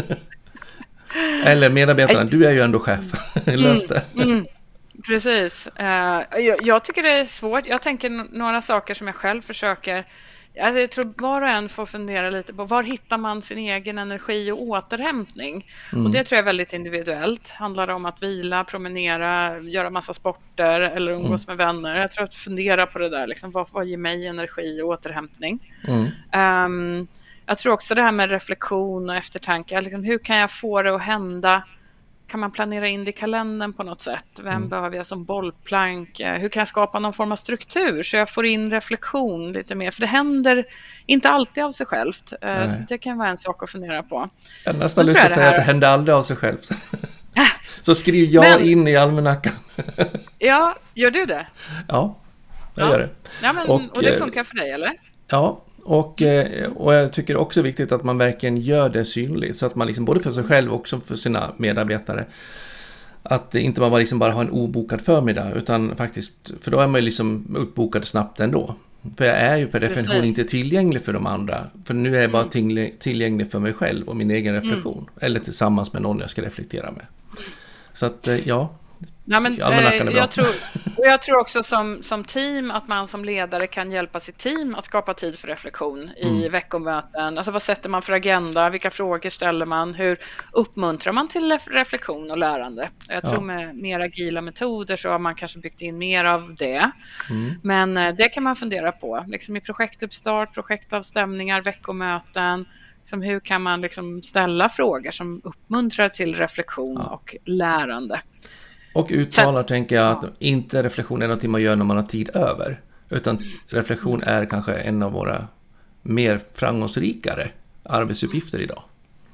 S1: Eller medarbetarna, du är ju ändå chef. Lös det.
S2: Mm, mm, precis. Uh, jag, jag tycker det är svårt. Jag tänker n- några saker som jag själv försöker. Alltså jag tror var och en får fundera lite på var hittar man sin egen energi och återhämtning. Mm. Och det tror jag är väldigt individuellt. Handlar det om att vila, promenera, göra massa sporter eller umgås mm. med vänner. Jag tror att fundera på det där. Liksom, vad, vad ger mig energi och återhämtning? Mm. Um, Jag tror också det här med reflektion och eftertanke. Liksom, hur kan jag få det att hända? Kan man planera in det i kalendern på något sätt? Vem mm. behöver jag som bollplank? Hur kan jag skapa någon form av struktur så jag får in reflektion lite mer? För det händer inte alltid av sig självt. Nej. Så det kan vara en sak att fundera på.
S1: Jag nästan lust att säga här... att det händer aldrig av sig självt. Så skriv jag men... in i almanackan.
S2: Ja, gör du det?
S1: Ja, jag ja. gör det.
S2: Ja, men, och, och det funkar för dig, eller?
S1: Ja. Och, och jag tycker också det är viktigt att man verkligen gör det synligt så att man liksom både för sig själv och också för sina medarbetare att inte man liksom bara har en obokad förmiddag utan faktiskt, för då är man ju liksom uppbokad snabbt ändå. För jag är ju per definition Precis. inte tillgänglig för de andra, för nu är jag bara tillgänglig för mig själv och min egen reflektion mm. eller tillsammans med någon jag ska reflektera med. Så att ja.
S2: Ja, men, eh, jag, tror, och jag tror också som, som team att man som ledare kan hjälpa sitt team att skapa tid för reflektion i mm. veckomöten. Alltså vad sätter man för agenda? Vilka frågor ställer man? Hur uppmuntrar man till reflektion och lärande? Jag tror ja. med mer agila metoder så har man kanske byggt in mer av det. Mm. Men eh, det kan man fundera på. Liksom i projektuppstart, projektavstämningar, veckomöten. Liksom hur kan man liksom ställa frågor som uppmuntrar till reflektion ja. och lärande?
S1: Och uttalar, tänker jag, att inte reflektion är någonting man gör när man har tid över. Utan reflektion är kanske en av våra mer framgångsrikare arbetsuppgifter idag.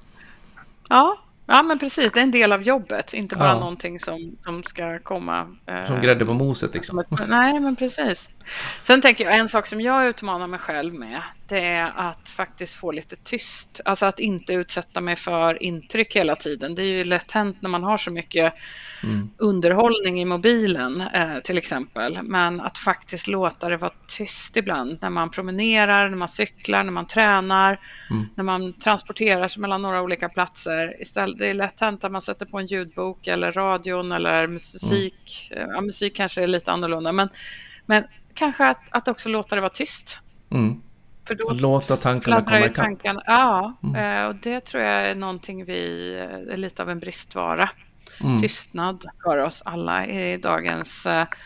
S2: Ja, ja men precis. Det är en del av jobbet. Inte bara ja. någonting som, som ska komma... Eh,
S1: som grädde på moset liksom.
S2: Ett, nej, men precis. Sen tänker jag, en sak som jag utmanar mig själv med, det är att faktiskt få lite tyst. Alltså att inte utsätta mig för intryck hela tiden. Det är ju lätt hänt när man har så mycket mm. underhållning i mobilen eh, till exempel. Men att faktiskt låta det vara tyst ibland. När man promenerar, när man cyklar, när man tränar. Mm. När man transporterar sig mellan några olika platser. Istället, det är lätt hänt att man sätter på en ljudbok eller radion eller musik. Mm. Ja, musik kanske är lite annorlunda. Men, men kanske att, att också låta det vara tyst.
S1: Mm. Låta tankarna komma ikapp.
S2: Tankarna. Ja, mm. och det tror jag är någonting vi är lite av en bristvara. Mm. Tystnad för oss alla i dagens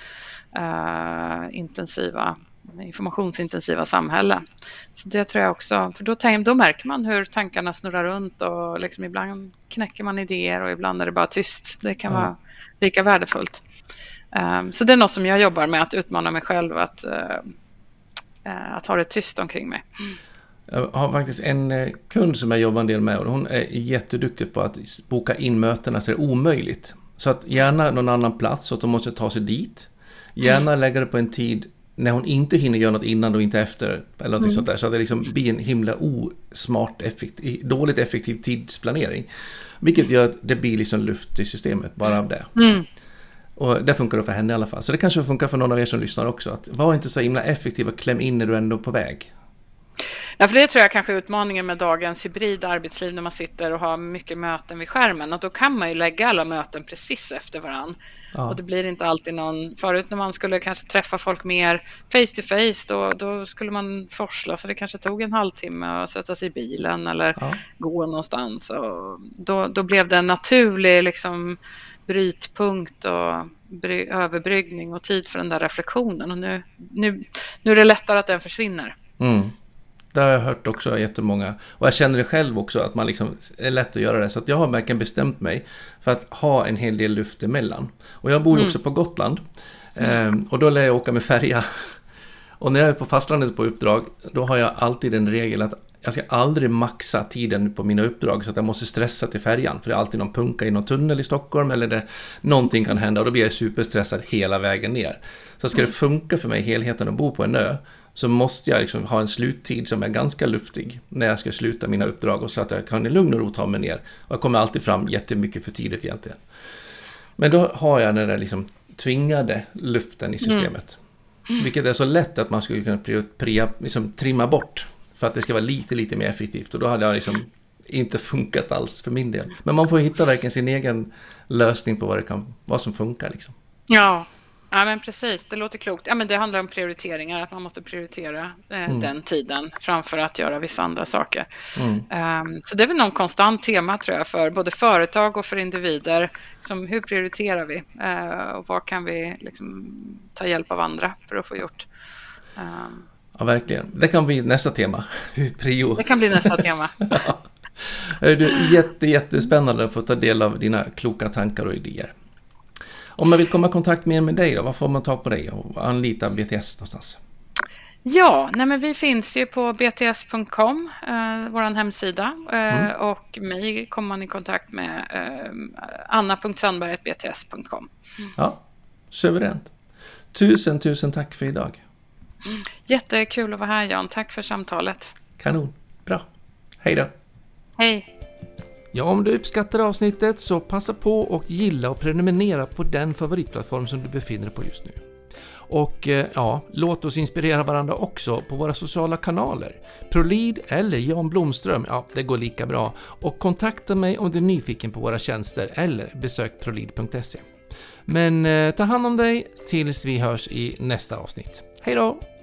S2: uh, intensiva, informationsintensiva samhälle. Så det tror jag också, för då, då märker man hur tankarna snurrar runt och liksom ibland knäcker man idéer och ibland är det bara tyst. Det kan mm. vara lika värdefullt. Um, så det är något som jag jobbar med, att utmana mig själv att uh, att ha det tyst omkring mig. Mm.
S1: Jag har faktiskt en kund som jag jobbar en del med och hon är jätteduktig på att boka in mötena så det är omöjligt. Så att gärna någon annan plats så att de måste ta sig dit. Gärna mm. lägga det på en tid när hon inte hinner göra något innan och inte efter eller något mm. sånt där. Så att det liksom blir en himla osmart, effektiv, dåligt effektiv tidsplanering. Vilket gör att det blir liksom luft i systemet bara av det. Mm. Och det funkar då för henne i alla fall. Så det kanske funkar för någon av er som lyssnar också. Att var inte så himla effektiv och kläm in när du ändå är på väg.
S2: Ja, för det tror jag kanske är utmaningen med dagens hybrid arbetsliv när man sitter och har mycket möten vid skärmen. Att då kan man ju lägga alla möten precis efter varann. Ja. Och det blir inte alltid någon... Förut när man skulle kanske träffa folk mer face to face, då, då skulle man forsla. Så det kanske tog en halvtimme att sätta sig i bilen eller ja. gå någonstans. Och då, då blev det en naturlig liksom, brytpunkt och bry, överbryggning och tid för den där reflektionen. Och nu, nu, nu är det lättare att den försvinner.
S1: Mm. Det har jag hört också jättemånga. Och jag känner det själv också att man liksom är lätt att göra det. Så att jag har verkligen bestämt mig för att ha en hel del luft emellan. Och jag bor ju mm. också på Gotland. Mm. Ehm, och då lär jag åka med färja. Och när jag är på fastlandet på uppdrag, då har jag alltid en regel att jag ska aldrig maxa tiden på mina uppdrag så att jag måste stressa till färjan. För det är alltid någon punka i någon tunnel i Stockholm eller det, någonting kan hända och då blir jag superstressad hela vägen ner. Så ska det funka för mig helheten att bo på en ö, så måste jag liksom ha en sluttid som är ganska luftig när jag ska sluta mina uppdrag och så att jag kan i lugn och ro ta mig ner. Och jag kommer alltid fram jättemycket för tidigt egentligen. Men då har jag den där liksom tvingade luften i systemet. Mm. Vilket är så lätt att man skulle kunna pri- pri- liksom trimma bort för att det ska vara lite, lite mer effektivt. Och då hade jag liksom inte funkat alls för min del. Men man får hitta verkligen sin egen lösning på vad, det kan, vad som funkar liksom.
S2: Ja. Ja, men precis. Det låter klokt. Ja, men det handlar om prioriteringar, att man måste prioritera eh, mm. den tiden framför att göra vissa andra saker. Mm. Um, så det är väl någon konstant tema tror jag för både företag och för individer. Som hur prioriterar vi uh, och vad kan vi liksom ta hjälp av andra för att få gjort? Um,
S1: ja, verkligen. Det kan bli nästa tema. Prio.
S2: Det kan bli nästa tema.
S1: Ja. Det är jätte, jättespännande att få ta del av dina kloka tankar och idéer. Om man vill komma i kontakt mer med dig då, vad får man ta på dig och anlita B T S någonstans?
S2: Ja, nej men vi finns ju på b t s punkt com, eh, vår hemsida. Eh, mm. Och mig kommer man i kontakt med eh, anna punkt sandberg snabel-a b t s punkt com.
S1: Mm. Ja, suveränt. Tusen, tusen tack för idag.
S2: Mm. Jättekul att vara här, Jan. Tack för samtalet.
S1: Kanon. Bra. Hej då.
S2: Hej.
S1: Ja, om du uppskattar avsnittet så passa på och gilla och prenumerera på den favoritplattform som du befinner dig på just nu. Och ja, låt oss inspirera varandra också på våra sociala kanaler. ProLead eller Jan Blomström, ja det går lika bra. Och kontakta mig om du är nyfiken på våra tjänster eller besök prolead punkt se. Men eh, ta hand om dig tills vi hörs i nästa avsnitt. Hej då!